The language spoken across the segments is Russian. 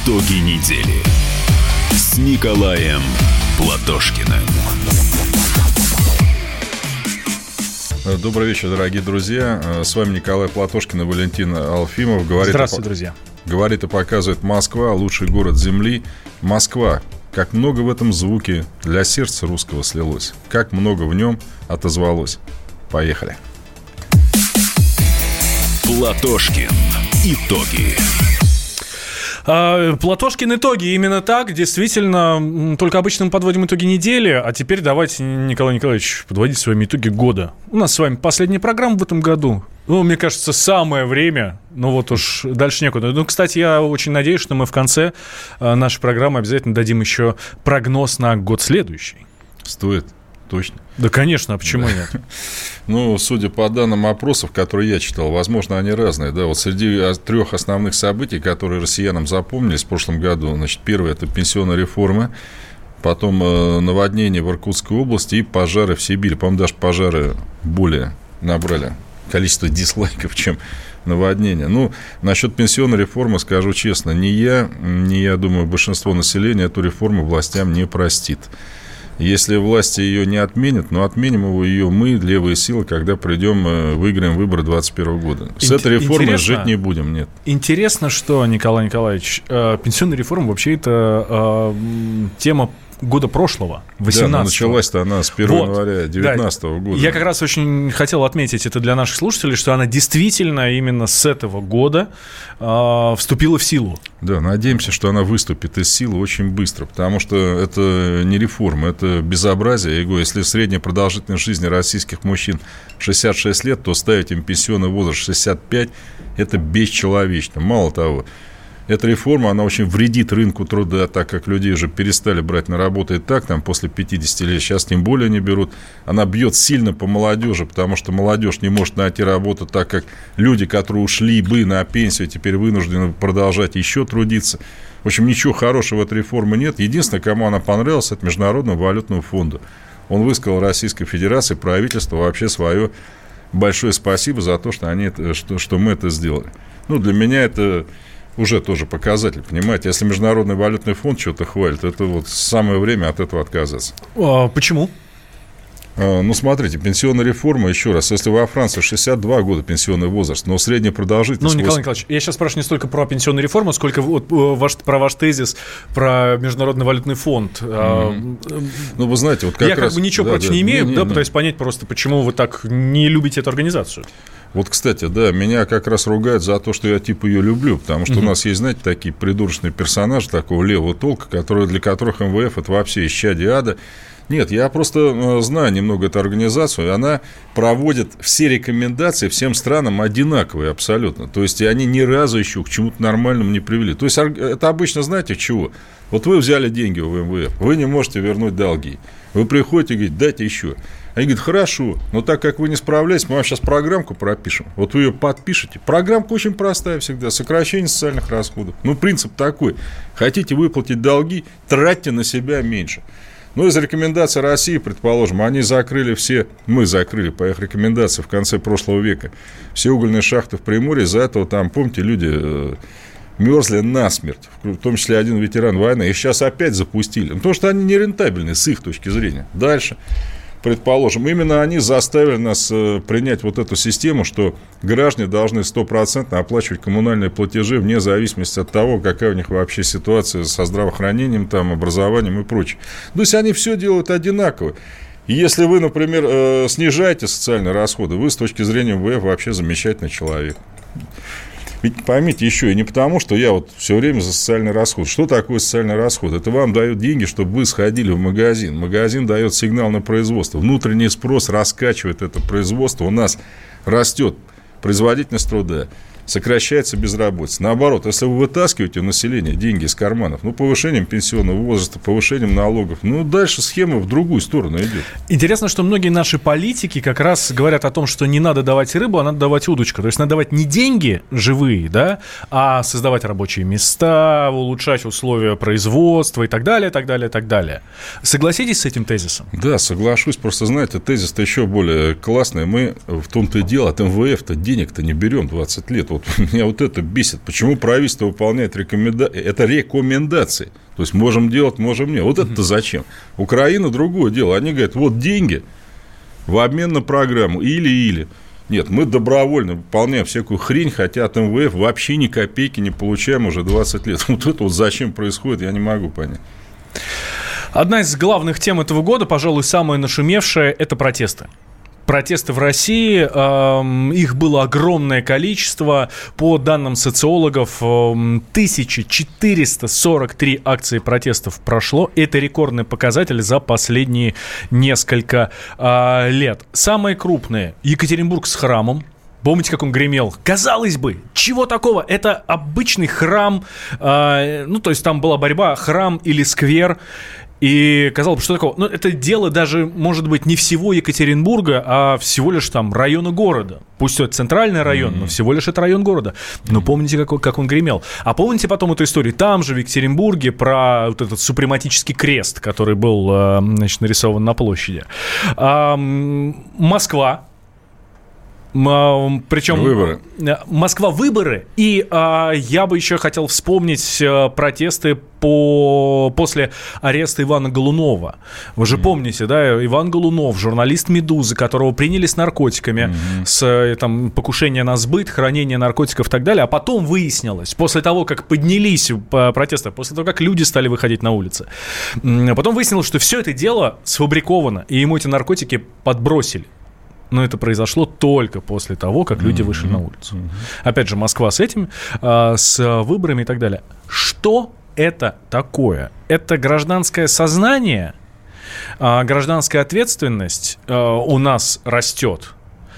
Итоги недели с Николаем Платошкиным. Добрый вечер, дорогие друзья. С вами Николай Платошкин и Валентин Алфимов. Здравствуйте, друзья. Говорит и показывает Москва, лучший город Земли. Москва. Как много в этом звуке для сердца русского слилось. Как много в нем отозвалось. Поехали. Платошкин. Итоги. Платошкин итоги. Именно так. Действительно, только обычно мы подводим итоги недели. А теперь давайте, Николай Николаевич, подводить с вами итоги года. У нас с вами последняя программа в этом году. Ну, мне кажется, самое время. Ну, вот уж дальше некуда. Ну, кстати, я очень надеюсь, что мы в конце нашей программы обязательно дадим еще прогноз на год следующий. Стоит. Точно. Да, конечно, а почему нет? Ну, судя по данным опросов, которые я читал, возможно, они разные. Да, вот среди трех основных событий, которые россиянам запомнились в прошлом году, значит, первое – это пенсионная реформа, потом наводнение в Иркутской области и пожары в Сибири. По-моему, даже пожары более набрали количество дизлайков, чем наводнение. Ну, насчет пенсионной реформы скажу честно, ни я думаю, большинство населения эту реформу властям не простит. Если власти ее не отменят, но отменим ее мы, левые силы, когда придем, выиграем выборы 2021 года. С этой реформой жить не будем, нет. Интересно, что, Николай Николаевич, пенсионная реформа вообще это тема года прошлого, 18-го. Да, началась-то она с 1 января 2019 года. Я как раз очень хотел отметить это для наших слушателей, что она действительно именно с этого года вступила в силу. Да, надеемся, что она выступит из силы очень быстро, потому что это не реформа, это безобразие. Я говорю, если средняя продолжительность жизни российских мужчин 66 лет, то ставить им пенсионный возраст 65 – это бесчеловечно. Мало того, эта реформа, она очень вредит рынку труда, так как людей уже перестали брать на работу и так, там, после 50 лет, сейчас тем более не берут. Она бьет сильно по молодежи, потому что молодежь не может найти работу, так как люди, которые ушли бы на пенсию, теперь вынуждены продолжать еще трудиться. В общем, ничего хорошего в этой реформе нет. Единственное, кому она понравилась, это Международного валютного фонда. Он высказал Российской Федерации, правительству вообще свое большое спасибо за то, что мы это сделали. Ну, для меня это уже тоже показатель, понимаете? Если Международный валютный фонд что-то хвалит, это вот самое время от этого отказаться. Почему? Ну, смотрите, пенсионная реформа, еще раз, если во Франции 62 года пенсионный возраст, но средняя продолжительность... Ну, Николай Николаевич, я сейчас спрашиваю не столько про пенсионную реформу, сколько про ваш тезис про Международный валютный фонд. Ну, вы знаете, вот как я раз... как бы ничего против не имею, пытаюсь понять просто, почему вы так не любите эту организацию. Вот, кстати, да, меня как раз ругают за то, что я типа ее люблю, потому что у нас есть, знаете, такие придурочные персонажи такого левого толка, для которых МВФ – это вообще исчадие ада. Нет, я просто знаю немного эту организацию, и она проводит все рекомендации всем странам одинаковые абсолютно. То есть, они ни разу еще к чему-то нормальному не привели. То есть, это обычно, знаете, чего? Вот вы взяли деньги у МВФ, вы не можете вернуть долги. Вы приходите и говорите, дайте еще. Они говорят, хорошо, но так как вы не справляетесь, мы вам сейчас программку пропишем. Вот вы ее подпишете. Программка очень простая всегда. Сокращение социальных расходов. Ну, принцип такой. Хотите выплатить долги, тратьте на себя меньше. Ну, из рекомендаций России, предположим, мы закрыли по их рекомендациям в конце прошлого века все угольные шахты в Приморье. Из-за этого там, помните, люди мерзли насмерть, в том числе один ветеран войны. Их сейчас опять запустили, потому что они нерентабельны с их точки зрения. Дальше. Предположим, именно они заставили нас принять вот эту систему, что граждане должны 100% оплачивать коммунальные платежи вне зависимости от того, какая у них вообще ситуация со здравоохранением, там, образованием и прочее. То есть, они все делают одинаково. И если вы, например, снижаете социальные расходы, вы с точки зрения МВФ вообще замечательный человек. Ведь поймите еще, и не потому, что я вот все время за социальный расход. Что такое социальный расход? Это вам дают деньги, чтобы вы сходили в магазин. Магазин дает сигнал на производство. Внутренний спрос раскачивает это производство. У нас растет производительность труда, сокращается безработица. Наоборот, если вы вытаскиваете у населения деньги из карманов, повышением пенсионного возраста, повышением налогов, дальше схема в другую сторону идет. Интересно, что многие наши политики как раз говорят о том, что не надо давать рыбу, а надо давать удочку. То есть надо давать не деньги живые, да, а создавать рабочие места, улучшать условия производства и так далее, так далее, так далее. Согласитесь с этим тезисом? Да, соглашусь. Просто, знаете, тезис-то еще более классный. Мы в том-то и дело от МВФ-то денег-то не берем 20 лет. Вот меня вот это бесит. Почему правительство выполняет рекомендации? Это рекомендации. То есть можем делать, можем нет. Вот это зачем? Украина другое дело. Они говорят, вот деньги в обмен на программу или. Нет, мы добровольно выполняем всякую хрень, хотя от МВФ вообще ни копейки не получаем уже 20 лет. Вот это вот зачем происходит, я не могу понять. Одна из главных тем этого года, пожалуй, самая нашумевшая, это протесты. Протесты в России, их было огромное количество. По данным социологов, 1443 акции протестов прошло. Это рекордный показатель за последние несколько лет. Самые крупные – Екатеринбург с храмом. Помните, как он гремел? Казалось бы, чего такого? Это обычный храм, то есть там была борьба, храм или сквер. И казалось бы, что такого? Но это дело даже, может быть, не всего Екатеринбурга, а всего лишь там района города. Пусть это центральный район, но всего лишь это район города. Но помните, как он гремел? А помните потом эту историю? Там же, в Екатеринбурге, про вот этот супрематический крест, который был, нарисован на площади. Москва. Причем выборы. Москва выборы. И я бы еще хотел вспомнить протесты после ареста Ивана Голунова. Вы же помните, да, Иван Голунов, журналист «Медузы», которого приняли с наркотиками, с покушения на сбыт, хранение наркотиков и так далее. А потом выяснилось, после того, как поднялись протесты, после того, как люди стали выходить на улицы, потом выяснилось, что все это дело сфабриковано, и ему эти наркотики подбросили. Но это произошло только после того, как люди вышли на улицу. Опять же, Москва с этим, с выборами и так далее. Что это такое? Это гражданское сознание, гражданская ответственность у нас растет?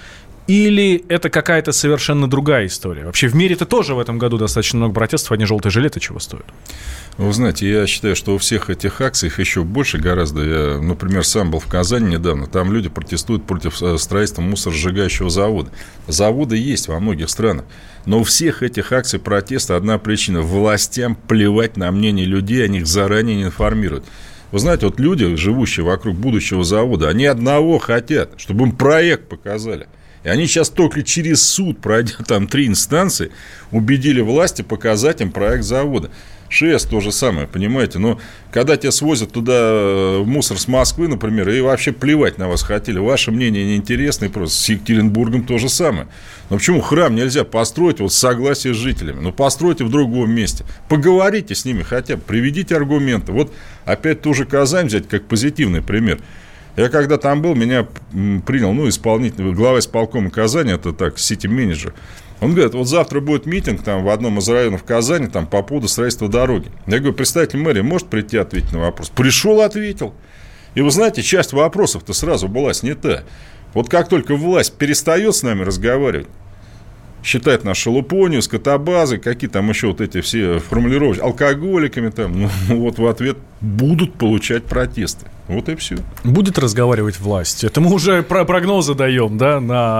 Или это какая-то совершенно другая история? Вообще в мире-то тоже в этом году достаточно много протестов, одни желтые жилеты чего стоят? Вы знаете, я считаю, что у всех этих акций их еще больше гораздо. Я, например, сам был в Казани недавно. Там люди протестуют против строительства мусоросжигающего завода. Заводы есть во многих странах. Но у всех этих акций протеста одна причина. Властям плевать на мнение людей, они их заранее не информируют. Вы знаете, вот люди, живущие вокруг будущего завода, они одного хотят, чтобы им проект показали. И они сейчас только через суд, пройдя там 3 инстанции, убедили власти показать им проект завода. ШЭС то же самое, понимаете. Но когда тебя свозят туда мусор с Москвы, например, и вообще плевать на вас хотели, ваше мнение неинтересно, и просто с Екатеринбургом то же самое. Но почему храм нельзя построить вот с согласия с жителями? Ну, постройте в другом месте. Поговорите с ними хотя бы, приведите аргументы. Вот опять ту же Казань взять как позитивный пример. Я когда там был, меня принял, исполнительный, глава исполкома Казани, это так, сити-менеджер. Он говорит, вот завтра будет митинг там в одном из районов Казани там, по поводу строительства дороги. Я говорю, представитель мэрии может прийти ответить на вопрос? Пришел, ответил. И вы знаете, часть вопросов-то сразу была снята. Вот как только власть перестает с нами разговаривать, считает нас шелупонью, скотобазой, какие там еще вот эти все формулировки, алкоголиками там, вот в ответ будут получать протесты. Вот и все. Будет разговаривать власть? Это мы уже прогнозы даем, да,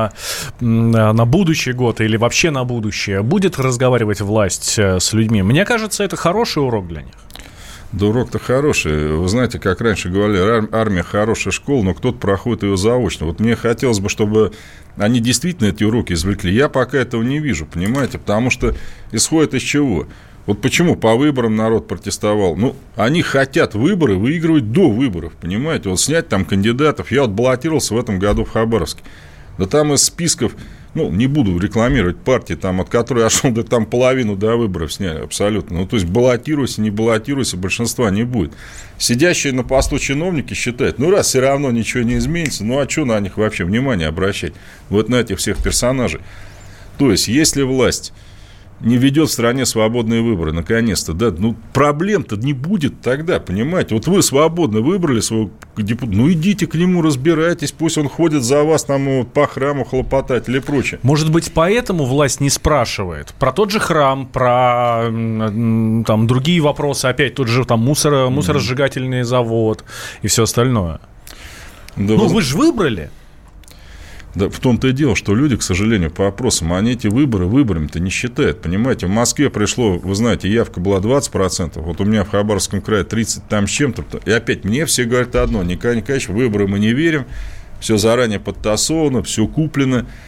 на будущий год или вообще на будущее. Будет разговаривать власть с людьми? Мне кажется, это хороший урок для них. Да урок-то хороший. Вы знаете, как раньше говорили, армия хорошая школа, но кто-то проходит ее заочно. Вот мне хотелось бы, чтобы они действительно эти уроки извлекли. Я пока этого не вижу, понимаете? Потому что исходит из чего? Вот почему по выборам народ протестовал? Они хотят выборы выигрывать до выборов, понимаете? Вот снять там кандидатов. Я вот баллотировался в этом году в Хабаровске. Да там из списков, не буду рекламировать партии, там, от которой я шел, да там половину до выборов сняли абсолютно. То есть баллотируйся, не баллотируйся, большинства не будет. Сидящие на посту чиновники считают, раз все равно ничего не изменится, а что на них вообще внимание обращать? Вот на этих всех персонажей. То есть, если власть не ведет в стране свободные выборы, наконец-то, да, проблем-то не будет тогда, понимаете? Вот вы свободно выбрали своего депутата, идите к нему, разбирайтесь, пусть он ходит за вас там по храму хлопотать или прочее. Может быть, поэтому власть не спрашивает про тот же храм, про там другие вопросы, опять тот же там мусоросжигательный завод и все остальное. Да, вы же выбрали. Да, в том-то и дело, что люди, к сожалению, по опросам, они эти выборы выборами-то не считают, понимаете? В Москве пришло, вы знаете, явка была 20%, вот у меня в Хабаровском крае 30 там с чем-то. И опять мне все говорят одно: Николай Николаевич, в выборы мы не верим, все заранее подтасовано, все куплено.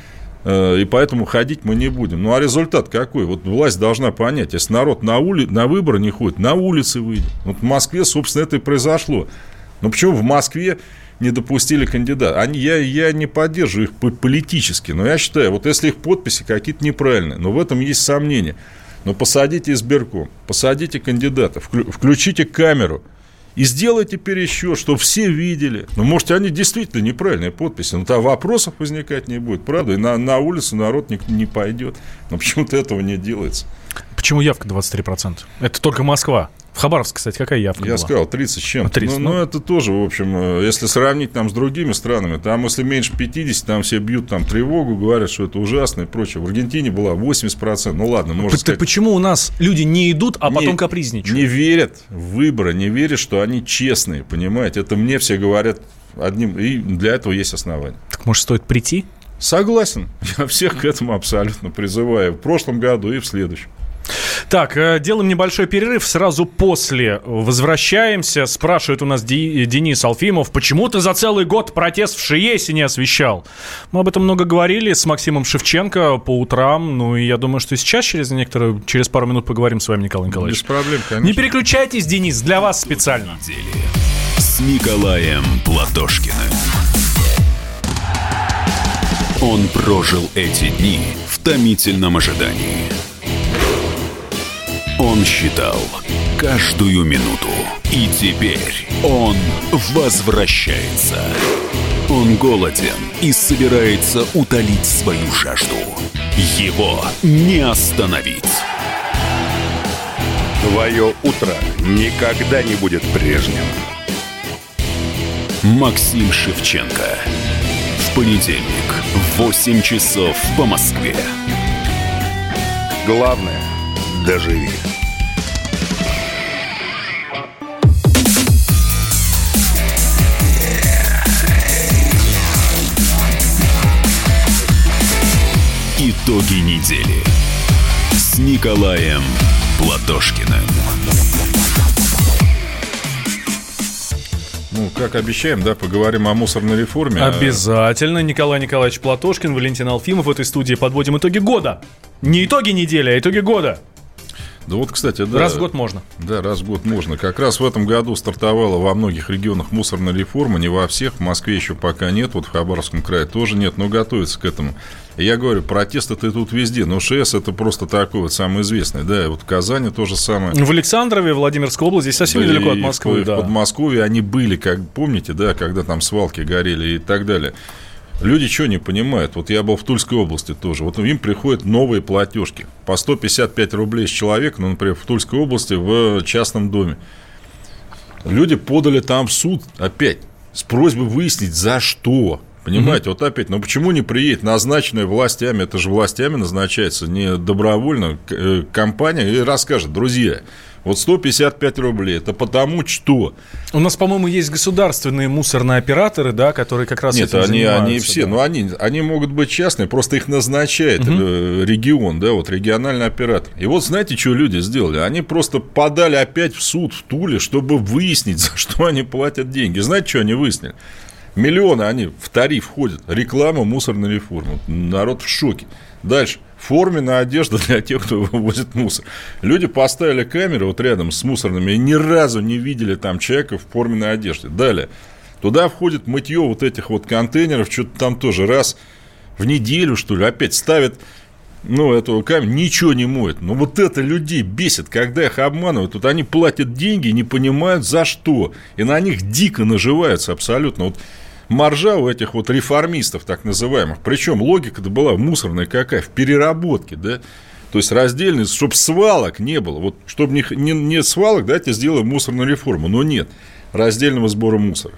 и поэтому ходить мы не будем. Ну, а результат какой? Вот власть должна понять, если народ на выборы не ходит, на улицы выйдет. Вот в Москве, собственно, это и произошло. Но почему в Москве не допустили кандидата? Я не поддерживаю их политически, но я считаю, вот если их подписи какие-то неправильные, но в этом есть сомнения. Но посадите избирком, посадите кандидата, включите камеру и сделайте пересчет, чтобы все видели. Ну, может, они действительно неправильные подписи, но там вопросов возникать не будет, правда? И на улицу народ не пойдет. Но почему-то этого не делается. Почему явка 23%? Это только Москва. В Хабаровске, кстати, какая явка была? Я сказал, 30 с чем-то. 30, ну, это тоже, в общем, если сравнить там с другими странами, там, если меньше 50, там все бьют там тревогу, говорят, что это ужасно и прочее. В Аргентине была 80%. Ну, ладно, можно сказать. Почему у нас люди не идут, а потом капризничают? Не верят в выборы, не верят, что они честные, понимаете? Это мне все говорят одним, и для этого есть основания. Так, может, стоит прийти? Согласен. Я всех к этому абсолютно призываю. В прошлом году и в следующем. Так, делаем небольшой перерыв. Сразу после возвращаемся. Спрашивает у нас Денис Алфимов, почему ты за целый год протест в ШИЭСе не освещал? Мы об этом много говорили с Максимом Шевченко по утрам. Ну, и я думаю, что сейчас через пару минут поговорим с вами, Николай Николаевич. Без проблем, конечно. Не переключайтесь, Денис, для вас специально. С Николаем Платошкиным. Он прожил эти дни в томительном ожидании. Он считал каждую минуту. И теперь он возвращается. Он голоден и собирается утолить свою жажду. Его не остановить. Твое утро никогда не будет прежним. Максим Шевченко. В понедельник в 8 часов по Москве. Главное – доживи. Итоги недели с Николаем Платошкиным. Ну, как обещаем, да, поговорим о мусорной реформе. Обязательно. Николай Николаевич Платошкин, Валентин Алфимов в этой студии. Подводим итоги года. Не итоги недели, а итоги года. Да вот, кстати, да. Раз в год можно. Да, раз в год можно. Как раз в этом году стартовала во многих регионах мусорная реформа, не во всех. В Москве еще пока нет, вот в Хабаровском крае тоже нет, но готовится к этому. И я говорю, протесты-то тут везде, но ШС это просто такой вот самый известный, да, и вот в Казани то же самое. В Александрове, Владимирской области, здесь совсем недалеко от Москвы, да. В Подмосковье они были, как помните, да, когда там свалки горели и так далее. Люди что не понимают? Вот я был в Тульской области тоже. Вот им приходят новые платежки по 155 рублей с человека, ну, например, в Тульской области в частном доме. Люди подали там в суд опять с просьбой выяснить, за что. Понимаете, вот опять, ну почему не приедет назначенная властями, это же властями назначается, не добровольно, компания, и расскажет, друзья, вот 155 рублей, это потому что... У нас, по-моему, есть государственные мусорные операторы, да, которые как раз этим занимаются. Нет, они все, да. Но они могут быть частные, просто их назначает регион, да, вот региональный оператор. И вот знаете, что люди сделали? Они просто подали опять в суд в Туле, чтобы выяснить, за что они платят деньги. Знаете, что они выяснили? Миллионы они в тариф входят. Реклама мусорной реформы. Народ в шоке. Дальше. Форменная одежда для тех, кто вывозит мусор. Люди поставили камеры вот рядом с мусорными и ни разу не видели там человека в форменной одежде. Далее. Туда входит мытье вот этих вот контейнеров. Что-то там тоже раз в неделю, что ли, опять ставят, ну, эту камеру, ничего не моет. Но вот это людей бесит, когда их обманывают. Тут они платят деньги и не понимают, за что. И на них дико наживаются абсолютно. Вот маржа у этих вот реформистов, так называемых. Причем логика-то была мусорная какая? В переработке, да? То есть раздельность, чтобы свалок не было. Вот чтобы не свалок, давайте сделаем мусорную реформу. Но нет раздельного сбора мусора.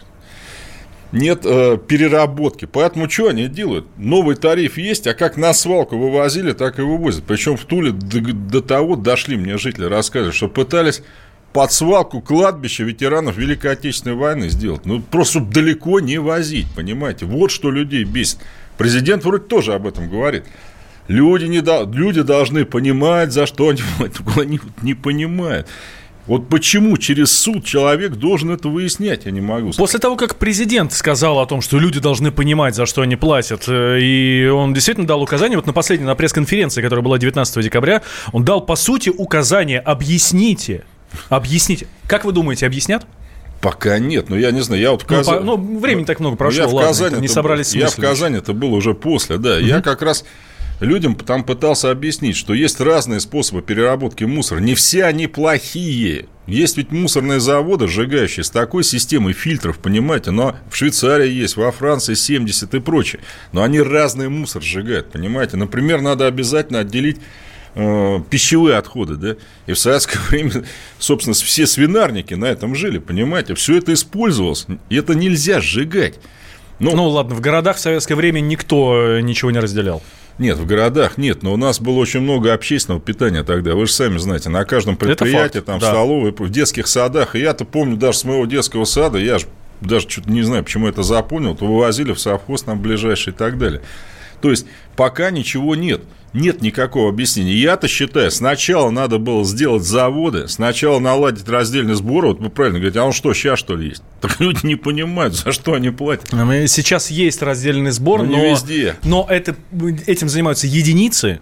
Нет переработки. Поэтому что они делают? Новый тариф есть, а как на свалку вывозили, так и вывозят. Причем в Туле до того дошли, мне жители рассказывали, что пытались под свалку кладбища ветеранов Великой Отечественной войны сделать. Ну, просто чтобы далеко не возить, понимаете? Вот что людей бесит. Президент вроде тоже об этом говорит. Люди должны понимать, за что они не понимают. Вот почему через суд человек должен это выяснять, я не могу сказать. После того, как президент сказал о том, что люди должны понимать, за что они платят, и он действительно дал указание, вот на последней, на пресс-конференции, которая была 19 декабря, он дал, по сути, указание: объясните. Как вы думаете, объяснят? Пока нет, но я не знаю, я вот в Казани... времени так много прошло, ладно, не собрались с мыслями. Я в Казани, это было уже после, да, я как раз... Людям там пытался объяснить, что есть разные способы переработки мусора. Не все они плохие. Есть ведь мусорные заводы, сжигающие с такой системой фильтров, понимаете. Но в Швейцарии есть, во Франции 70 и прочее. Но они разный мусор сжигают, понимаете. Например, надо обязательно отделить пищевые отходы, да. И в советское время, собственно, все свинарники на этом жили, понимаете. Все это использовалось, и это нельзя сжигать. Ну ладно, в городах в советское время никто ничего не разделял. Нет, в городах нет, но у нас было очень много общественного питания тогда. Вы же сами знаете, на каждом предприятии, там, да. В столовой, в детских садах. И я-то помню даже с моего детского сада, я же даже что-то не знаю, почему это запомнил, то вывозили в совхоз там ближайший и так далее. То есть, пока ничего нет. Нет никакого объяснения. Я-то считаю, сначала надо было сделать заводы, сначала наладить раздельный сбор. Вот вы правильно говорите, а он что, сейчас что ли есть? Так люди не понимают, за что они платят. Сейчас есть раздельный сбор, но не везде. Но этим занимаются единицы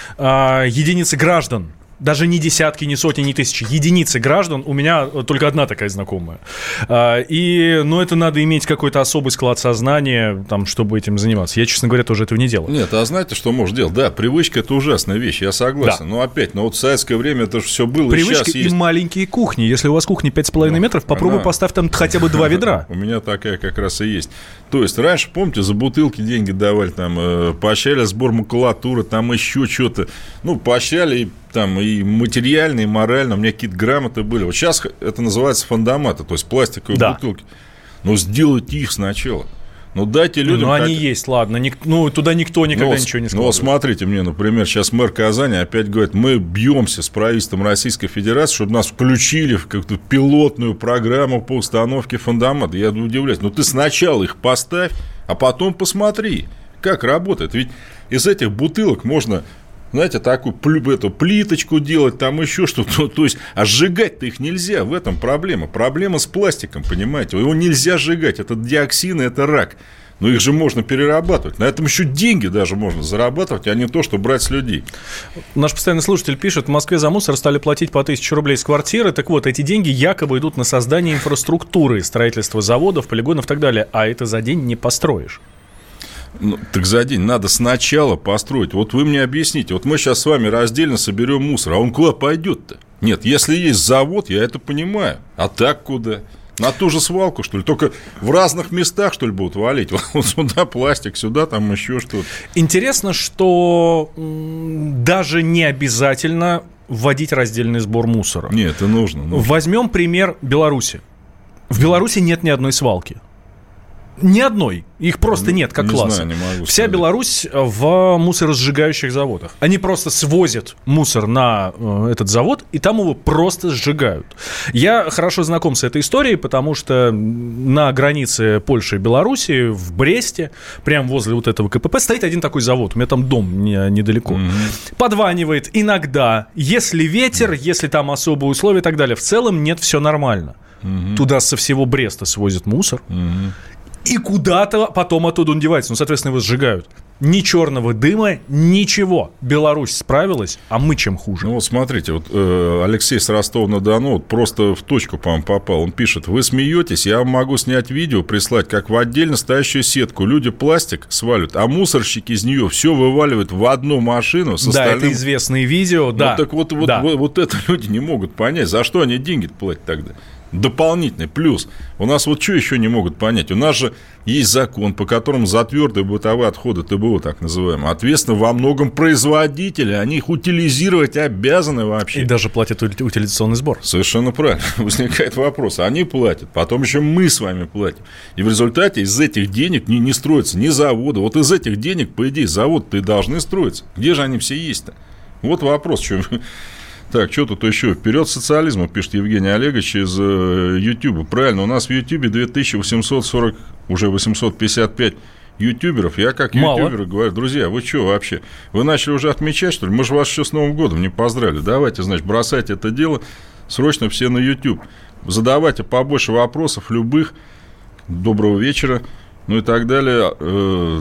граждан. Даже не десятки, не сотни, не тысячи. Единицы граждан. У меня только одна такая знакомая. Это надо иметь какой-то особый склад сознания, там, чтобы этим заниматься. Я, честно говоря, тоже этого не делал. Нет, а знаете, что можешь делать? Да, привычка – это ужасная вещь, я согласен. Да. Но опять, вот в советское время это же все было. Привычка и есть... маленькие кухни. Если у вас кухня 5,5 метров, попробуй поставь там хотя бы 2 ведра. У меня такая как раз и есть. То есть, раньше, помните, за бутылки деньги давали, там, поощряли сбор макулатуры, там еще что-то. Поощряли там и материально, и морально. У меня какие-то грамоты были. Вот сейчас это называется фондоматы, то есть пластиковые бутылки. Но сделайте их сначала. Дайте людям... они есть, ладно. Туда никто никогда ничего не складывает. Смотрите мне, например, сейчас мэр Казани опять говорит, мы бьемся с правительством Российской Федерации, чтобы нас включили в какую-то пилотную программу по установке фондомата. Я удивляюсь. Ты сначала их поставь, а потом посмотри, как работает. Ведь из этих бутылок можно... Знаете, такую плиточку делать, там еще что-то. То есть, а сжигать-то их нельзя, в этом проблема. Проблема с пластиком, понимаете. Его нельзя сжигать, это диоксины, это рак. Но их же можно перерабатывать. На этом еще деньги даже можно зарабатывать, а не то, что брать с людей. Наш постоянный слушатель пишет, в Москве за мусор стали платить по 1000 рублей с квартиры. Так вот, эти деньги якобы идут на создание инфраструктуры, строительство заводов, полигонов и так далее. А это за день не построишь. Так за день надо сначала построить. Вот вы мне объясните. Вот мы сейчас с вами раздельно соберем мусор. А он куда пойдет-то? Нет, если есть завод, я это понимаю. А так куда? На ту же свалку, что ли? Только в разных местах, что ли, будут валить? Вот сюда пластик, сюда там еще что-то. Интересно, что даже не обязательно вводить раздельный сбор мусора. Нет, это нужно. Возьмем пример Беларуси. В Беларуси нет ни одной свалки. Ни одной. Их просто нет, как класса. Не могу Вся сказать. Беларусь в мусоросжигающих заводах. Они просто свозят мусор на этот завод, и там его просто сжигают. Я хорошо знаком с этой историей, потому что на границе Польши и Беларуси, в Бресте, прямо возле вот этого КПП, стоит один такой завод. У меня там дом недалеко. Подванивает иногда. Если ветер, если там особые условия и так далее. В целом нет, все нормально. Туда со всего Бреста свозят мусор. И куда-то потом оттуда он девается. Соответственно, его сжигают. Ни черного дыма, ничего. Беларусь справилась, а мы чем хуже? Смотрите, Алексей с Ростова-на-Дону просто в точку, по-моему, попал. Он пишет, вы смеетесь, я вам могу снять видео, прислать, как в отдельно стоящую сетку люди пластик сваливают, а мусорщики из нее все вываливают в одну машину с остальным... Да, это известные видео, да. Так вот это люди не могут понять, за что они деньги платят тогда. Дополнительный плюс. У нас что еще не могут понять? У нас же есть закон, по которому за твердые бытовые отходы, ТБО так называемые, ответственно во многом производители, они их утилизировать обязаны вообще. И даже платят утилизационный сбор. Совершенно правильно. Возникает вопрос. Они платят, потом еще мы с вами платим. И в результате из этих денег не строятся ни заводы. Вот из этих денег, по идее, заводы-то и должны строиться. Где же они все есть-то? Вот вопрос, что... Так, что тут еще? Вперед социализма, пишет Евгений Олегович из Ютуба. Правильно, у нас в Ютубе 2840, уже 855 ютуберов. Я как ютубер говорю, друзья, вы что вообще? Вы начали уже отмечать, что ли? Мы же вас еще с Новым годом не поздравили. Давайте, значит, бросайте это дело срочно все на YouTube. Задавайте побольше вопросов любых. Доброго вечера. Ну и так далее.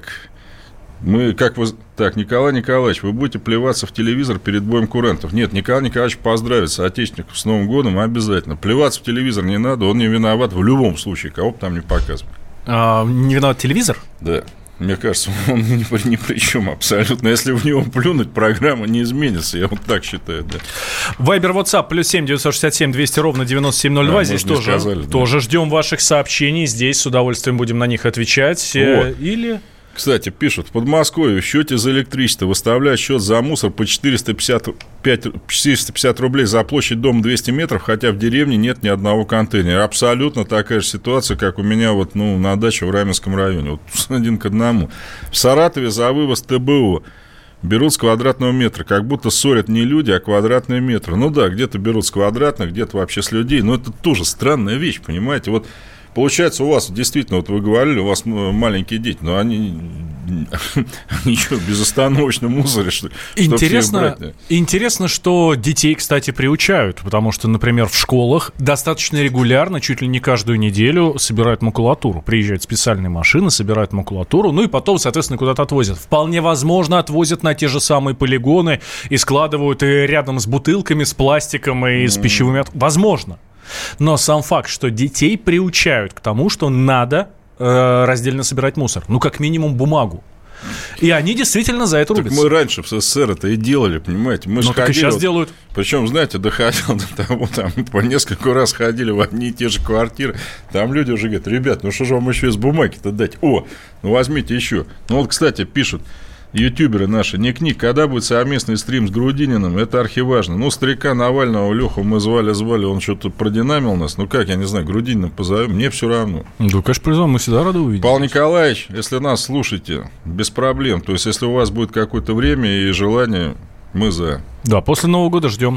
Николай Николаевич, вы будете плеваться в телевизор перед боем курантов. Нет, Николай Николаевич поздравит соотечественников с Новым годом обязательно. Плеваться в телевизор не надо, он не виноват в любом случае, кого бы там не показывали. Не виноват телевизор? Да. Мне кажется, он ни при чем абсолютно. Если в него плюнуть, программа не изменится. Я вот так считаю, да. Вайбер, WhatsApp, +7 967 200 ровно 9702. Да, здесь тоже ждем ваших сообщений. Здесь с удовольствием будем на них отвечать. Или... Кстати, пишут, в Подмосковье в счете за электричество выставляют счет за мусор по 450 рублей за площадь дома 200 метров, хотя в деревне нет ни одного контейнера. Абсолютно такая же ситуация, как у меня вот, на даче в Раменском районе. Вот один к одному. В Саратове за вывоз ТБУ берут с квадратного метра, как будто ссорят не люди, а квадратные метры. Ну да, где-то берут с квадратных, где-то вообще с людей, но это тоже странная вещь, понимаете, вот. Получается, у вас действительно, вот вы говорили, у вас маленькие дети, но они что, безостановочно мусорят, что Интересно, что детей, кстати, приучают, потому что, например, в школах достаточно регулярно, чуть ли не каждую неделю собирают макулатуру. Приезжают специальные машины, собирают макулатуру, ну и потом, соответственно, куда-то отвозят. Вполне возможно, отвозят на те же самые полигоны и складывают рядом с бутылками, с пластиком и с пищевыми... Возможно. Но сам факт, что детей приучают к тому, что надо раздельно собирать мусор. Ну, как минимум, бумагу. И они действительно за это рубятся. Так мы раньше в СССР это и делали, понимаете. Мы же так и сейчас делают. Причем, знаете, доходил до того, там по несколько раз ходили в одни и те же квартиры. Там люди уже говорят, ребят, ну что же вам еще из бумаги-то дать? Возьмите еще. Ну вот, кстати, пишут ютуберы наши, Ник, когда будет совместный стрим с Грудининым, это архиважно. Ну, старика Навального, Леху мы звали, он что-то продинамил нас. Ну, как, я не знаю, Грудинина позовем, мне все равно. Да, конечно, призовем, мы всегда рады увидеть. Павел Николаевич, если нас слушаете, без проблем. То есть, если у вас будет какое-то время и желание, мы за. Да, после Нового года ждем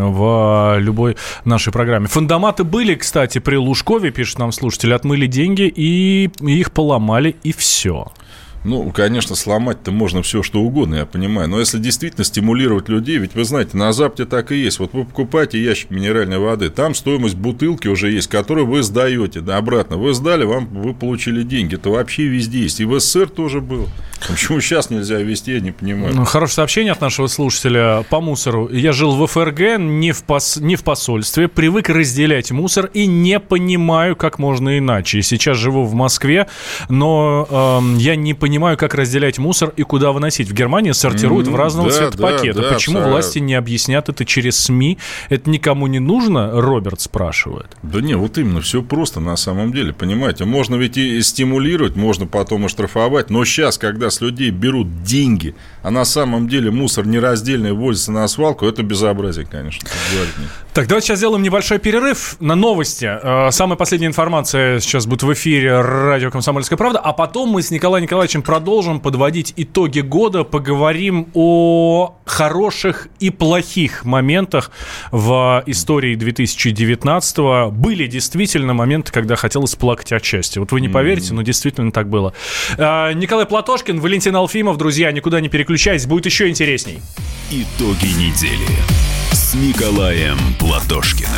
в любой нашей программе. Фандоматы были, кстати, при Лужкове, пишет нам слушатель, отмыли деньги и их поломали, и все. Ну, конечно, сломать-то можно все, что угодно, я понимаю. Но если действительно стимулировать людей, ведь вы знаете, на Западе так и есть. Вот вы покупаете ящик минеральной воды, там стоимость бутылки уже есть, которую вы сдаете обратно. Вы сдали, вы получили деньги. Это вообще везде есть. И в СССР тоже было. Почему сейчас нельзя везти, я не понимаю. Хорошее сообщение от нашего слушателя по мусору. Я жил в ФРГ, не в посольстве, привык разделять мусор и не понимаю, как можно иначе. Сейчас живу в Москве, но я не понимаю, как разделять мусор и куда выносить. В Германии сортируют в разного цвета пакеты. Почему власти не объяснят это через СМИ? Это никому не нужно, Роберт спрашивает. Да не, вот именно, все просто на самом деле, понимаете. Можно ведь и стимулировать, можно потом и штрафовать, но сейчас, когда с людей берут деньги, а на самом деле мусор нераздельный возится на свалку, это безобразие, конечно. Так, давайте сейчас сделаем небольшой перерыв на новости. Самая последняя информация сейчас будет в эфире радио «Комсомольская правда», а потом мы с Николаем Николаевичем продолжим подводить итоги года, поговорим о хороших и плохих моментах в истории 2019-го. Были действительно моменты, когда хотелось плакать от счастья. Вот вы не поверите, но действительно так было. Николай Платошкин, Валентин Алфимов. Друзья, никуда не переключайтесь, будет еще интересней. Итоги недели с Николаем Платошкиным.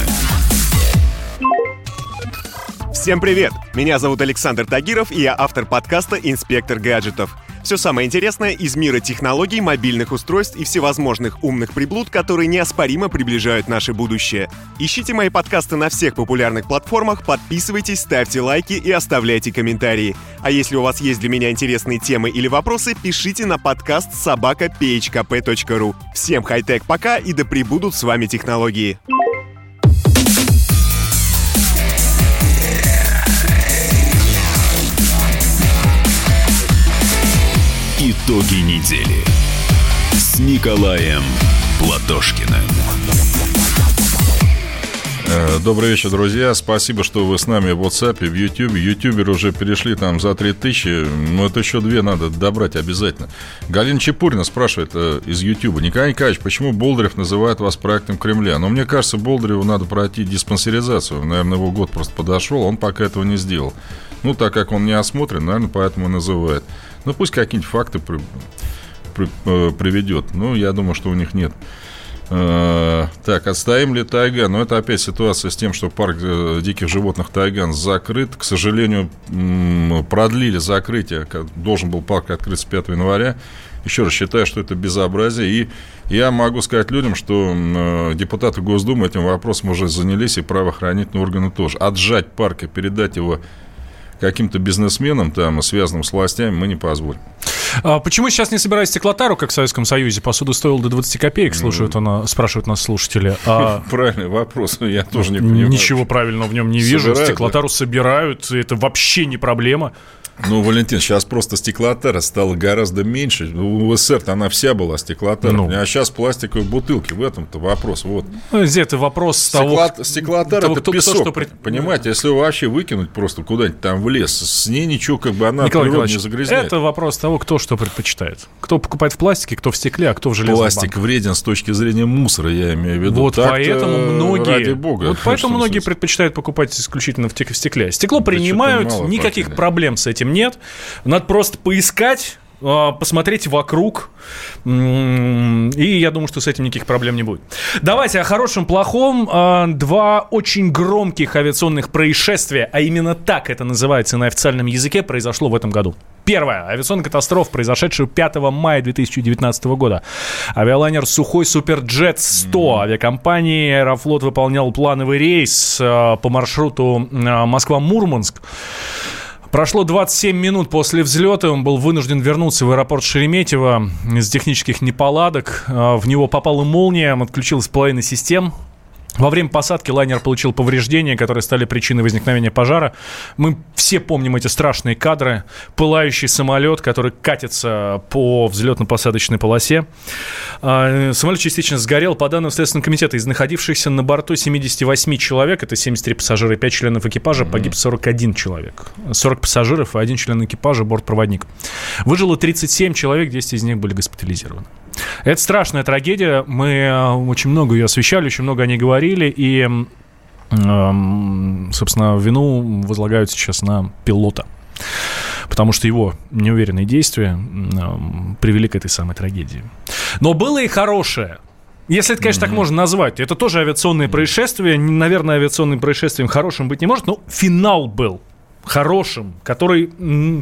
Всем привет! Меня зовут Александр Тагиров, и я автор подкаста «Инспектор гаджетов». Все самое интересное из мира технологий, мобильных устройств и всевозможных умных приблуд, которые неоспоримо приближают наше будущее. Ищите мои подкасты на всех популярных платформах, подписывайтесь, ставьте лайки и оставляйте комментарии. А если у вас есть для меня интересные темы или вопросы, пишите на подкаст @phkp.ru. Всем хай-тек пока, и да пребудут с вами технологии. Итоги недели с Николаем Платошкиным. Добрый вечер, друзья. Спасибо, что вы с нами в WhatsApp, в YouTube. Ютуберы уже перешли там за 3000. Но это еще 2 надо добрать обязательно. Галина Чепурина спрашивает из YouTube. Николай Николаевич, почему Болдырев называет вас проектом Кремля? Но мне кажется, Болдыреву надо пройти диспансеризацию. Наверное, его год просто подошел. Он пока этого не сделал. Ну, так как он не осмотрен, наверное, поэтому и называет. Ну, пусть какие-нибудь факты приведет. Ну, я думаю, что у них нет. Так, отстоим ли Тайган? Ну, это опять ситуация с тем, что парк диких животных Тайган закрыт. К сожалению, продлили закрытие. Должен был парк открыться 5 января. Еще раз считаю, что это безобразие. И я могу сказать людям, что депутаты Госдумы этим вопросом уже занялись, и правоохранительные органы тоже. Отжать парк и передать его каким-то бизнесменам, там, связанным с властями, мы не позволим. Почему сейчас не собирают стеклотару, как в Советском Союзе? Посуда стоила до 20 копеек, спрашивают нас слушатели. Правильный вопрос, я тоже не понимаю. Ничего правильного в нем не вижу. Стеклотару собирают, это вообще не проблема. Ну, Валентин, сейчас просто стеклотара стала гораздо меньше. В СССР-то она вся была стеклотара. А сейчас пластиковые бутылки. В этом-то вопрос. Вот. Это вопрос того... Стеклотара – это песок. Понимаете, если его вообще выкинуть просто куда-нибудь там в лес, с ней ничего как бы она природу не загрязняет. Это вопрос того, кто что предпочитает. Кто покупает в пластике, кто в стекле, а кто в железном банке. Пластик вреден с точки зрения мусора, я имею в виду. Вот поэтому многие... Ради бога. Вот поэтому многие предпочитают покупать исключительно в стекле. Стекло принимают, никаких проблем с этим нет. Надо просто поискать, посмотреть вокруг. И я думаю, что с этим никаких проблем не будет. Давайте о хорошем, плохом. 2 очень громких авиационных происшествия, а именно так это называется на официальном языке, произошло в этом году. Первая авиационная катастрофа, произошедшая 5 мая 2019 года. Авиалайнер «Сухой Суперджет-100» авиакомпании «Аэрофлот» выполнял плановый рейс по маршруту Москва-Мурманск. Прошло 27 минут после взлета, он был вынужден вернуться в аэропорт Шереметьево из-за технических неполадок. В него попала молния, отключилась половина систем. Во время посадки лайнер получил повреждения, которые стали причиной возникновения пожара. Мы все помним эти страшные кадры. Пылающий самолет, который катится по взлетно-посадочной полосе. Самолет частично сгорел. По данным Следственного комитета, из находившихся на борту 78 человек, это 73 пассажира и 5 членов экипажа, погиб 41 человек. 40 пассажиров и 1 член экипажа, бортпроводник. Выжило 37 человек, 10 из них были госпитализированы. Это страшная трагедия. Мы очень много ее освещали, очень много о ней говорили. И, собственно, вину возлагают сейчас на пилота. Потому что его неуверенные действия привели к этой самой трагедии. Но было и хорошее. Если это, конечно, так можно назвать. Это тоже авиационные происшествия. Наверное, авиационным происшествием хорошим быть не может. Но финал был хорошим, который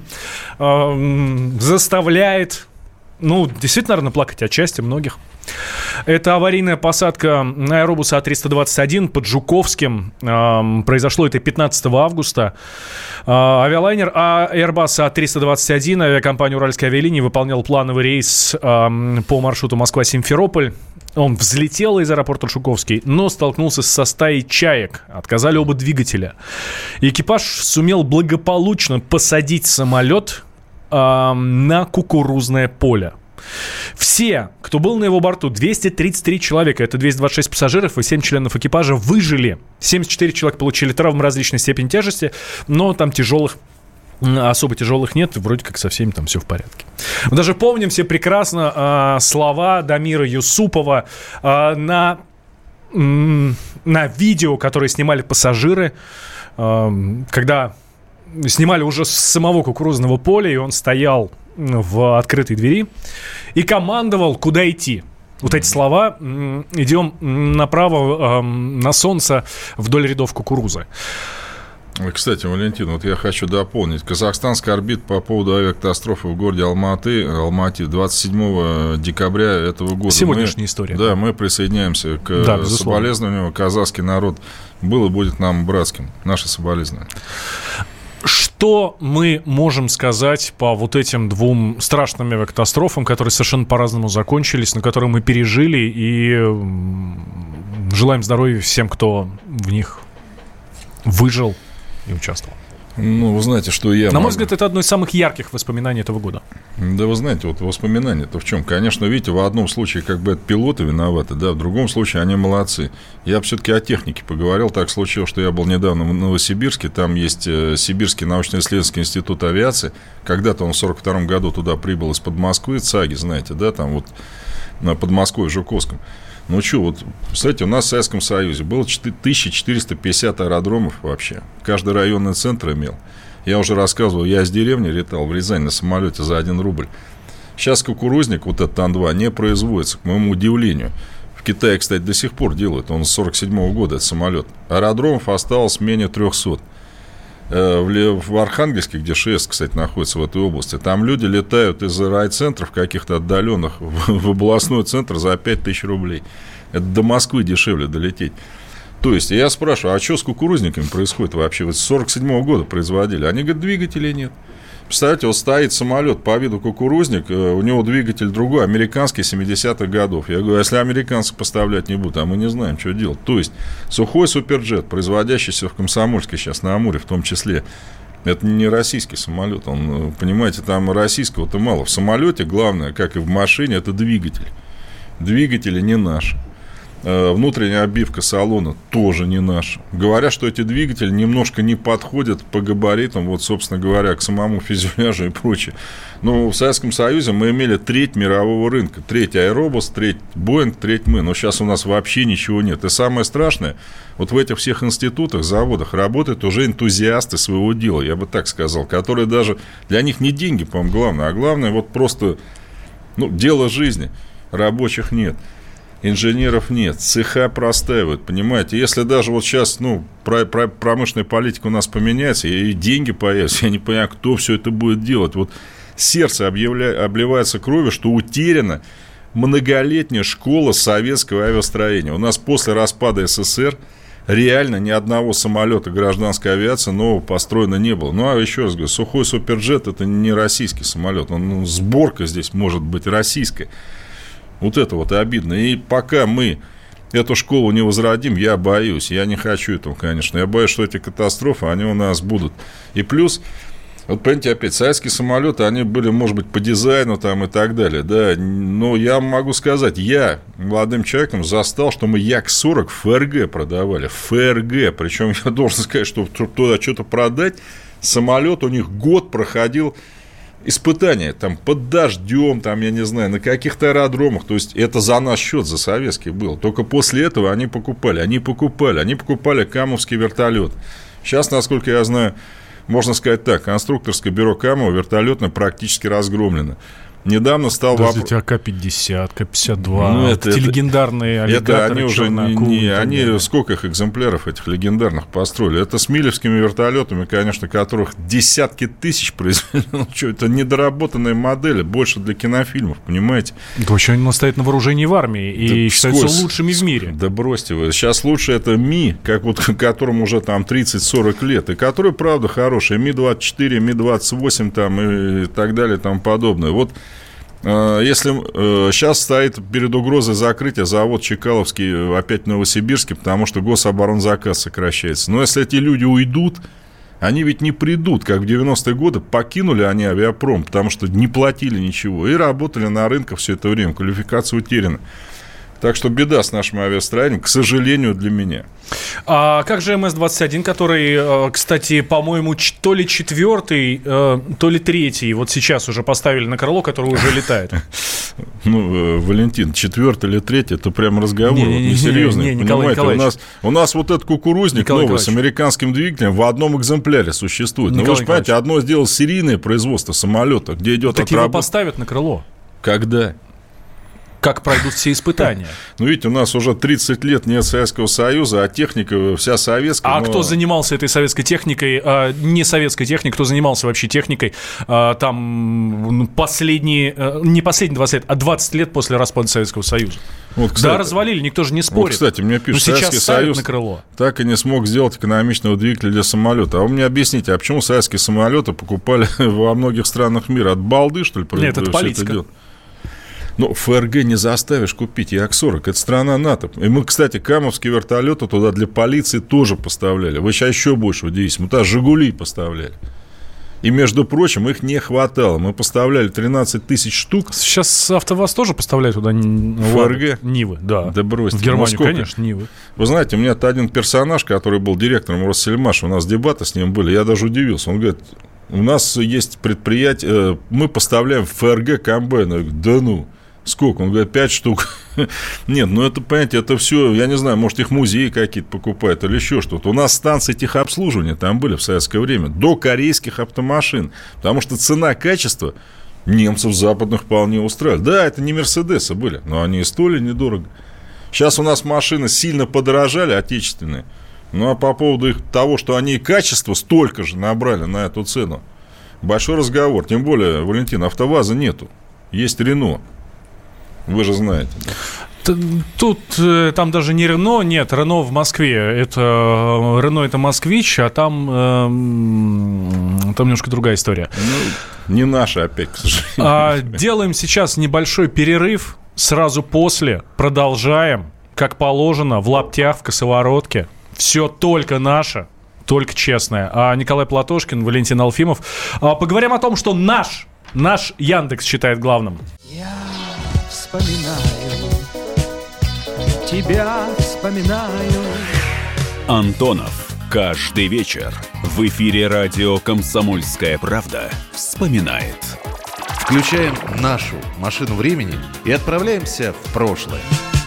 заставляет... действительно, наверное, плакать отчасти многих. Это аварийная посадка аэробуса А321 под Жуковским. Произошло это 15 августа. Авиалайнер Airbus А321 авиакомпании «Уральские авиалинии» выполнял плановый рейс по маршруту Москва-Симферополь. Он взлетел из аэропорта Жуковский, но столкнулся со стаей чаек. Отказали оба двигателя. Экипаж сумел благополучно посадить самолет на кукурузное поле. Все, кто был на его борту, 233 человека, это 226 пассажиров и 7 членов экипажа, выжили. 74 человека получили травмы различной степени тяжести, но там особо тяжелых нет, вроде как со всеми там все в порядке. Мы даже помним все прекрасно слова Дамира Юсупова на видео, которые снимали пассажиры, когда снимали уже с самого кукурузного поля, и он стоял в открытой двери и командовал, куда идти. Вот эти слова: идем направо на солнце вдоль рядов кукурузы. Кстати, Валентин, вот я хочу дополнить. Казахстан скорбит по поводу авиакатастрофы в городе Алматы 27 декабря этого года. Сегодняшняя история. Да, мы присоединяемся к соболезнованию. Казахский народ был и будет нам братским. Наши соболезнования. Что мы можем сказать по вот этим 2 страшным авиакатастрофам, которые совершенно по-разному закончились, но которые мы пережили, и желаем здоровья всем, кто в них выжил и участвовал? Ну, вы знаете, что я... На мой взгляд, это одно из самых ярких воспоминаний этого года. Да вы знаете, вот воспоминания-то в чем? Конечно, видите, в одном случае как бы это пилоты виноваты, да, в другом случае они молодцы. Я все-таки о технике поговорил. Так случилось, что я был недавно в Новосибирске. Там есть Сибирский научно-исследовательский институт авиации. Когда-то он в 1942 году туда прибыл из-под Москвы, ЦАГИ, знаете, да, там вот под Москвой, в Жуковском. Ну что, вот, кстати, у нас в Советском Союзе было 1450 аэродромов вообще. Каждый районный центр имел. Я уже рассказывал, я из деревни летал в Рязань на самолете за 1 рубль. Сейчас кукурузник, вот этот Ан-2, не производится, к моему удивлению. В Китае, кстати, до сих пор делают. Он с 1947 года, этот самолет. Аэродромов осталось менее 300. В Архангельске, где ШС, кстати, находится в этой области, там люди летают из райцентров каких-то отдаленных в областной центр за 5000 рублей. Это до Москвы дешевле долететь. То есть, я спрашиваю, а что с кукурузниками происходит вообще? Вот с 1947 года производили. Они говорят, двигателей нет. Представляете, вот стоит самолет по виду кукурузник, у него двигатель другой, американский, 70-х годов. Я говорю, а если американцев поставлять не будут, а мы не знаем, что делать. То есть, сухой суперджет, производящийся в Комсомольске сейчас, на Амуре в том числе, это не российский самолет. Он, понимаете, там российского-то мало. В самолете главное, как и в машине, это двигатель. Двигатели не наши. Внутренняя обивка салона тоже не наша. Говорят, что эти двигатели немножко не подходят по габаритам, вот, собственно говоря, к самому фюзеляжу и прочее. Но в Советском Союзе мы имели треть мирового рынка. Треть Аэробус, треть Боинг, треть мы. Но сейчас у нас вообще ничего нет. И самое страшное, вот в этих всех институтах, заводах работают уже энтузиасты своего дела, я бы так сказал, которые даже, для них не деньги, по-моему, главное, а главное вот просто, дело жизни. Рабочих нет. Инженеров нет, цеха простаивают, понимаете. Если даже вот сейчас, промышленная политика у нас поменяется, и деньги появятся, я не понимаю, кто все это будет делать. Вот сердце обливается кровью, что утеряна многолетняя школа советского авиастроения. У нас после распада СССР реально ни одного самолета гражданской авиации нового построено не было. Ну, а еще раз говорю, сухой суперджет – это не российский самолет. Сборка здесь может быть российская. Вот это вот обидно. И пока мы эту школу не возродим, я боюсь. Я не хочу этого, конечно. Я боюсь, что эти катастрофы, они у нас будут. И плюс, вот понимаете, опять, советские самолеты, они были, может быть, по дизайну там и так далее, да. Но я могу сказать, я молодым человеком застал, что мы Як-40 ФРГ продавали. ФРГ. Причем я должен сказать, что туда что-то продать, самолет у них год проходил испытания там под дождем, там, я не знаю, на каких-то аэродромах. То есть, это за наш счет, за советский был. Только после этого они покупали камовский вертолет. Сейчас, насколько я знаю, можно сказать так, конструкторское бюро Камова вертолетное практически разгромлено. Недавно стал вопрос... Подождите, АК-50, АК-52, эти легендарные аллигаторы, это они уже не они сколько их экземпляров этих легендарных построили. Это с милевскими вертолетами, конечно, которых десятки тысяч произвели. Это недоработанные модели, больше для кинофильмов, понимаете? Это вообще они стоят на вооружении в армии и считаются лучшими в мире. Да бросьте вы. Сейчас лучше это Ми, которому уже там 30-40 лет, и который, правда, хороший. Ми-24, Ми-28 там, и так далее и тому подобное. Вот если сейчас стоит перед угрозой закрытия завод Чкаловский опять в Новосибирске, потому что гособоронзаказ сокращается. Но если эти люди уйдут, они ведь не придут, как в 90-е годы покинули они авиапром, потому что не платили ничего и работали на рынках все это время, квалификация утеряна. Так что беда с нашим авиастроением, к сожалению, для меня. А как же МС-21, который, кстати, по-моему, то ли 4-й, то ли 3-й, вот сейчас уже поставили на крыло, который уже летает? Валентин, 4-й или 3-й, это прям разговор несерьезный. Понимаете, у нас вот этот кукурузник новый с американским двигателем в одном экземпляре существует. Но вы же понимаете, одно сделал серийное производство самолета, где идет отработка. Так его поставят на крыло. Когда? Как пройдут все испытания? Видите, у нас уже 30 лет нет Советского Союза, а техника вся советская. А кто занимался этой советской техникой, не советской техникой, кто занимался вообще техникой там не последние 20 лет, а 20 лет после распада Советского Союза? Вот, кстати, да, развалили, никто же не спорит. Вот, кстати, мне пишут, Советский Союз на крыло. Так и не смог сделать экономичного двигателя для самолета. А вы мне объясните, а почему советские самолеты покупали во многих странах мира? От балды, что ли? Нет, это политика. Но ФРГ не заставишь купить Як-40. Это страна НАТО. И мы, кстати, камовские вертолеты туда для полиции тоже поставляли. Вы сейчас еще больше удивитесь. Мы туда «Жигули» поставляли. И, между прочим, их не хватало. Мы поставляли 13 тысяч штук. Сейчас АвтоВАЗ тоже поставляет туда ФРГ? Нивы, да. Да бросьте. В Германию, конечно, Нивы. Вы знаете, у меня один персонаж, который был директором Россельмаша, у нас дебаты с ним были, я даже удивился. Он говорит, у нас есть предприятие, мы поставляем ФРГ комбайн. Я говорю, да ну. Сколько? Он говорит, 5 штук. Нет, ну это, понимаете, это все, я не знаю, может, их музеи какие-то покупают или еще что-то. У нас станции техобслуживания там были в советское время, до корейских автомашин. Потому что цена-качество немцев западных вполне устраивает. Да, это не Мерседесы были, но они и стоили недорого. Сейчас у нас машины сильно подорожали, отечественные. Ну, а по поводу того, что они и качество столько же набрали на эту цену, большой разговор. Тем более, Валентин, АвтоВАЗа нету. Есть Рено. Вы же знаете. Тут там даже не Рено, нет, Рено в Москве. Рено это Москвич, а там немножко другая история. Ну, не наша опять, к сожалению. Делаем сейчас небольшой перерыв. Сразу после продолжаем, как положено, в лаптях, в косоворотке. Все только наше, только честное. Николай Платошкин, Валентин Алфимов. Поговорим о том, что наш Яндекс считает главным. Вспоминаю, тебя вспоминаю. Антонов. Каждый вечер в эфире радио «Комсомольская правда» вспоминает. Включаем нашу машину времени и отправляемся в прошлое.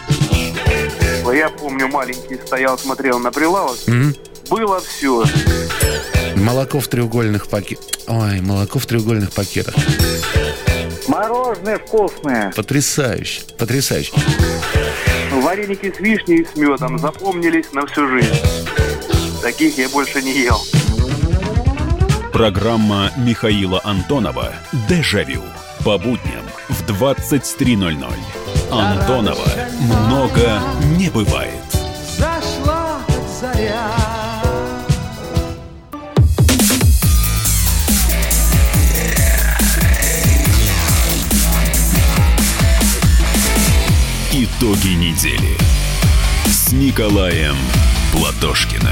Я помню, маленький стоял, смотрел на прилавок. Было все. Молоко в треугольных пакетах. Ой, молоко в треугольных пакетах. Мороженое вкусное. Потрясающе, потрясающе. Вареники с вишней и с медом запомнились на всю жизнь. Таких я больше не ел. Программа Михаила Антонова «Дежавю». По будням в 23:00. Антонова много не бывает. Зашла заря. Итоги недели с Николаем Платошкиным.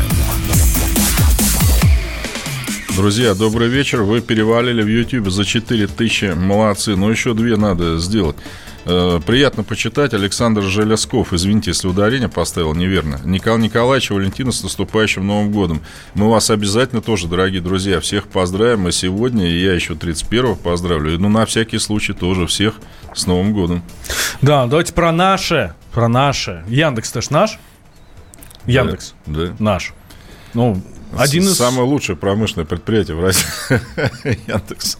Друзья, добрый вечер. Вы перевалили в YouTube за 4000. Молодцы. Но еще 2 надо сделать. Приятно почитать. Александр Железков. Извините, если ударение поставил неверно. Николай Николаевич, Валентина, с наступающим Новым годом. Мы вас обязательно тоже, дорогие друзья, всех поздравим. И сегодня, и я еще 31-го поздравлю. Ну, на всякий случай тоже всех с Новым годом. Да, давайте про наше. Яндекс-то ж наш? Яндекс. Да. Наш. Ну, один из... Самое лучшее промышленное предприятие в России. Яндекс.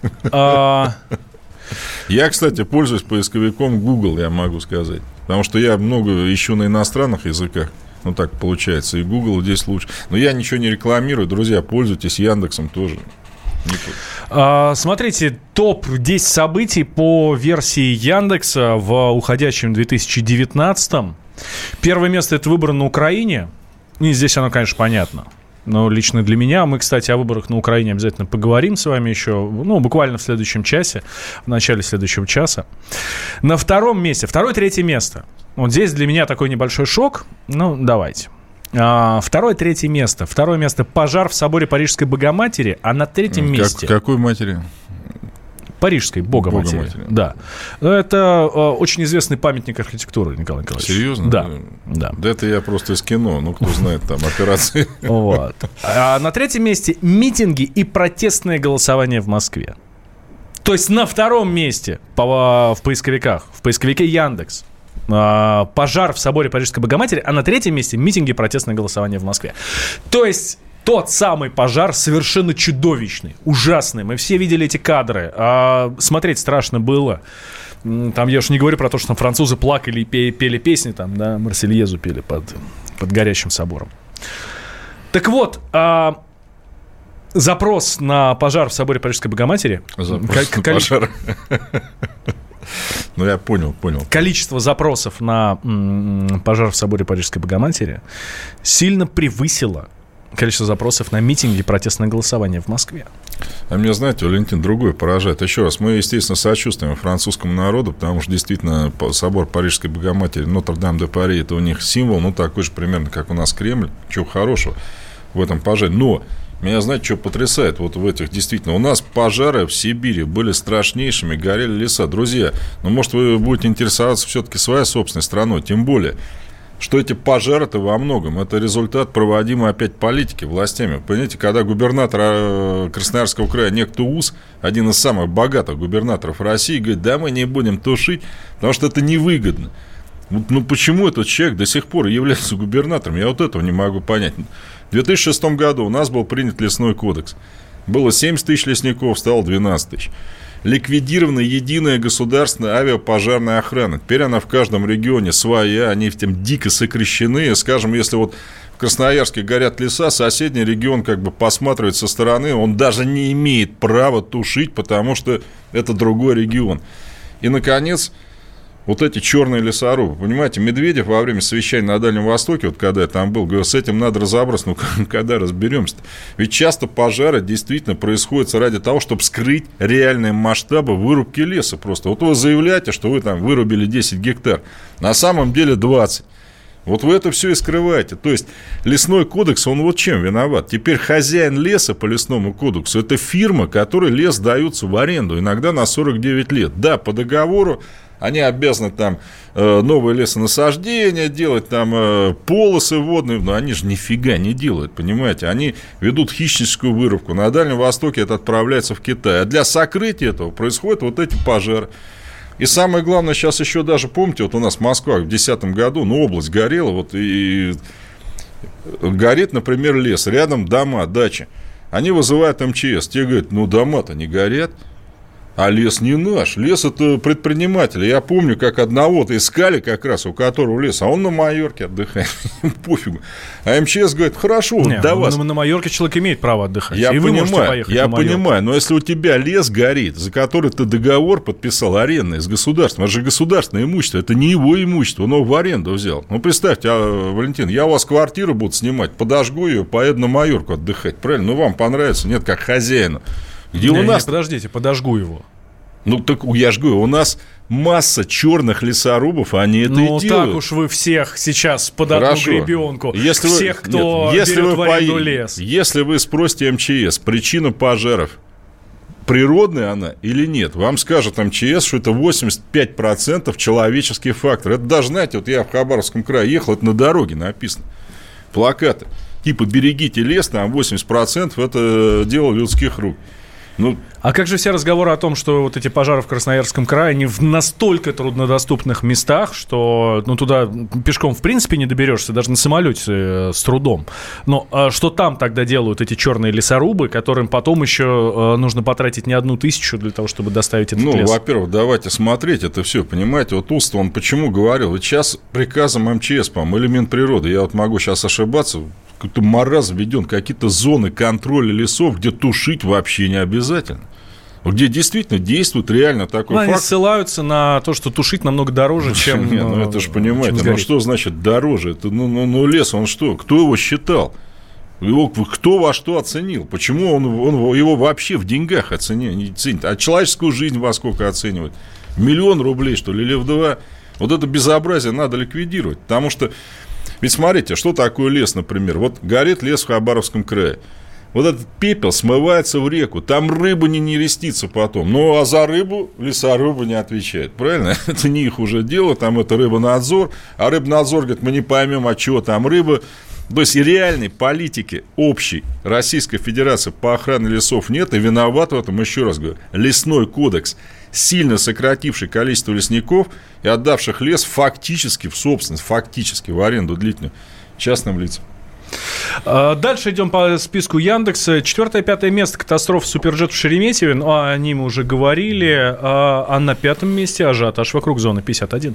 Я, кстати, пользуюсь поисковиком Google, я могу сказать. Потому что я много ищу на иностранных языках. Ну, так получается. И Google здесь лучше. Но я ничего не рекламирую. Друзья, пользуйтесь Яндексом тоже. Смотрите, топ-10 событий по версии Яндекса в уходящем 2019-м. Первое место – это выборы на Украине. И здесь оно, конечно, понятно. Но лично для меня, мы, кстати, о выборах на Украине обязательно поговорим с вами еще, ну, буквально в следующем часе, в начале следующего часа. На втором месте, 2-3 место. Вот здесь для меня такой небольшой шок. Ну, давайте. 2-3 место. Второе место – пожар в соборе Парижской Богоматери, а на 3-м месте… Какой матери? Парижской Богоматери. Да. Это очень известный памятник архитектуры, Николай Николаевич. Серьезно? Да. Да это я просто из кино, ну, кто знает там операции. Вот. А на 3-м месте митинги и протестное голосование в Москве. То есть на 2-м месте в поисковиках, в поисковике Яндекс, пожар в соборе Парижской Богоматери, а на 3-м месте митинги и протестное голосование в Москве. То есть тот самый пожар совершенно чудовищный, ужасный. Мы все видели эти кадры. Смотреть страшно было. Там я уж не говорю про то, что там французы плакали и пели песни, там, да, Марсельезу пели под горящим собором. Так вот, запрос на пожар в соборе Парижской Богоматери. Запрос на пожар. Ну, я понял. Количество запросов на пожар в соборе Парижской Богоматери сильно превысило количество запросов на митинги и протестное голосование в Москве. А меня, знаете, Валентин, другое поражает. Еще раз, мы, естественно, сочувствуем французскому народу, потому что действительно собор Парижской Богоматери, Нотр-Дам-де-Пари, это у них символ, ну, такой же примерно, как у нас Кремль. Чего хорошего в этом пожаре. Но меня, знаете, что потрясает вот в этих, действительно, у нас пожары в Сибири были страшнейшими, горели леса. Друзья, ну, может, вы будете интересоваться все-таки своей собственной страной, тем более, что эти пожары-то во многом это результат проводимой опять политики властями. Понимаете, когда губернатор Красноярского края, некто Ус, один из самых богатых губернаторов России, говорит, да мы не будем тушить, потому что это невыгодно. Ну, почему этот человек до сих пор является губернатором? Я вот этого не могу понять. В 2006 году у нас был принят лесной кодекс. Было 70 тысяч лесников, стало 12 тысяч. Ликвидирована единая государственная авиапожарная охрана. Теперь она в каждом регионе своя, они там дико сокращены. Скажем, если вот в Красноярске горят леса, соседний регион как бы посматривает со стороны, он даже не имеет права тушить, потому что это другой регион. И, наконец, вот эти черные лесорубы, понимаете, Медведев во время совещания на Дальнем Востоке, вот когда я там был, говорил, с этим надо разобраться, ну, когда разберемся-то? Ведь часто пожары действительно происходят ради того, чтобы скрыть реальные масштабы вырубки леса просто. Вот вы заявляете, что вы там вырубили 10 гектар, на самом деле 20. Вот вы это все и скрываете. То есть лесной кодекс, он вот чем виноват? Теперь хозяин леса по лесному кодексу – это фирма, которой лес дается в аренду, иногда на 49 лет. Да, по договору они обязаны там новые лесонасаждения делать, там полосы водные, но они же нифига не делают, понимаете? Они ведут хищническую вырубку. На Дальнем Востоке это отправляется в Китай. А для сокрытия этого происходят вот эти пожары. И самое главное, сейчас еще даже, помните, вот у нас Москва в 2010 году, ну, область горела, вот и горит, например, лес, рядом дома, дачи. Они вызывают МЧС, те говорят, ну, дома-то не горят. А лес не наш, лес это предприниматели. Я помню, как одного-то искали как раз, у которого лес, а он на Майорке отдыхает, пофигу. А МЧС говорит, хорошо, до вас. На Майорке человек имеет право отдыхать. Я и понимаю, вы можете поехать на Майорку. Понимаю, но если у тебя лес горит, за который ты договор подписал арендный с государством, это же государственное имущество, это не его имущество, он его в аренду взял. Ну, представьте, Валентин, я у вас квартиру буду снимать, подожгу ее, поеду на Майорку отдыхать, правильно? Ну, вам понравится, нет, как хозяину. Где у нас... Подождите, подожгу его. Ну, так я же говорю, у нас масса черных лесорубов, они это и делают. Ну, так уж вы всех сейчас под одну гребенку. Всех, кто берет в аренду лес. Если вы спросите МЧС, причина пожаров, природная она или нет, вам скажет МЧС, что это 85% человеческий фактор. Это даже, знаете, вот я в Хабаровском крае ехал, это на дороге написано. Плакаты. Типа, берегите лес, там 80% это дело людских рук. Ну, а как же все разговоры о том, что вот эти пожары в Красноярском крае, они в настолько труднодоступных местах, что туда пешком в принципе не доберешься, даже на самолете с трудом. Но что там тогда делают эти черные лесорубы, которым потом еще нужно потратить не 1000 для того, чтобы доставить этот лес? Ну, во-первых, давайте смотреть это все, понимаете. Вот Уст, он почему говорил? Вот сейчас приказом МЧС, по-моему, или Минприроды, я вот могу сейчас ошибаться, какой-то маразм введен, какие-то зоны контроля лесов, где тушить вообще не обязательно. Где действительно действует реально такой факт. Они ссылаются на то, что тушить намного дороже, чем... Нет, ну это же, понимаете, ну что значит дороже? Это, ну лес, он что? Кто его считал? Кто во что оценил? Почему он его вообще в деньгах оценит? А человеческую жизнь во сколько оценивает? 1 000 000 рублей, что ли, или в 2? Вот это безобразие надо ликвидировать. Потому что, ведь смотрите, что такое лес, например? Вот горит лес в Хабаровском крае. Вот этот пепел смывается в реку, там рыба не нерестится потом. Ну, а за рыбу лесорубы не отвечают, правильно? Это не их уже дело, там это рыбонадзор. А рыбнадзор говорит, мы не поймем, а чего там рыба. То есть и реальной политики общей Российской Федерации по охране лесов нет, и виноват в этом, еще раз говорю, лесной кодекс, сильно сокративший количество лесников и отдавших лес фактически в собственность, фактически в аренду длительную частным лицам. Дальше идем по списку Яндекса. 4-5 место катастрофа Суперджет в Шереметьеве. О ней мы уже говорили. А на 5 месте ажиотаж вокруг зоны 51.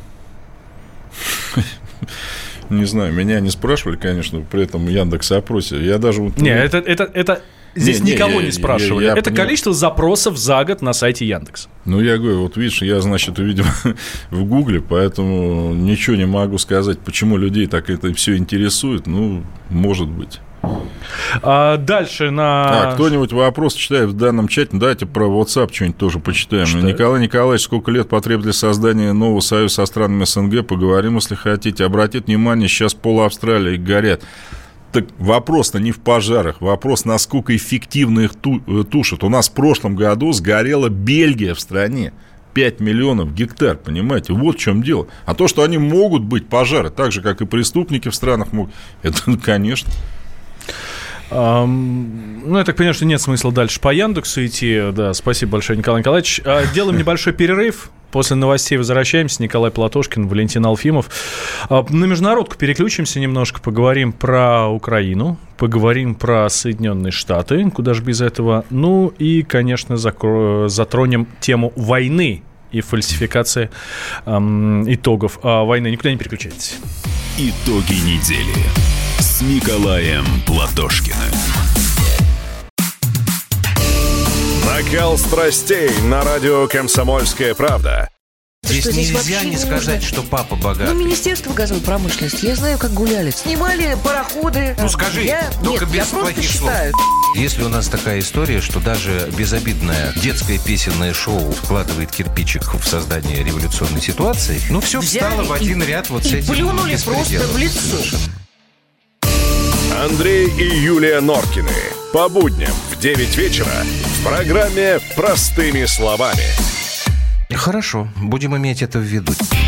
Не знаю, меня не спрашивали, конечно, при этом Яндекс-опросе. Я даже... Нет, это здесь никого не спрашивали. Это количество запросов за год на сайте Яндекса. Ну, я говорю, вот видишь, я, значит, увидел в Гугле, поэтому ничего не могу сказать, почему людей так это все интересует. Ну, может быть. Дальше на... Кто-нибудь вопрос читает в данном чате? Давайте про WhatsApp что-нибудь тоже почитаем. Читаю. Николай Николаевич, сколько лет потребовалось создания нового союза со странами СНГ? Поговорим, если хотите. Обратите внимание, сейчас пол Австралии горят. Так вопрос-то не в пожарах, вопрос, насколько эффективно их тушат. У нас в прошлом году сгорела Бельгия в стране. 5 миллионов гектар, понимаете? Вот в чем дело. А то, что они могут быть пожары, так же, как и преступники в странах могут, это, конечно... Ну, я так понимаю, что нет смысла дальше по Яндексу идти. Да, спасибо большое, Николай Николаевич. Делаем небольшой перерыв. После новостей возвращаемся. Николай Платошкин, Валентин Алфимов. На международку переключимся немножко. Поговорим про Украину. Поговорим про Соединенные Штаты. Куда же без этого? Ну и, конечно, затронем тему войны и фальсификации итогов войны. Никуда не переключайтесь. Итоги недели с Николаем Платошкиным. Накал страстей на радио «Комсомольская правда». Здесь нельзя не сказать, что папа богатый. Ну, Министерство газовой промышленности. Я знаю, как гуляли. Снимали пароходы. Ну, скажи, только без плохих слов. Если у нас такая история, что даже безобидное детское песенное шоу вкладывает кирпичик в создание революционной ситуации, ну, все встало в один ряд вот с этим. И плюнули просто в лицо. Андрей и Юлия Норкины. По будням в 9 вечера в программе «Простыми словами». Хорошо, будем иметь это в виду.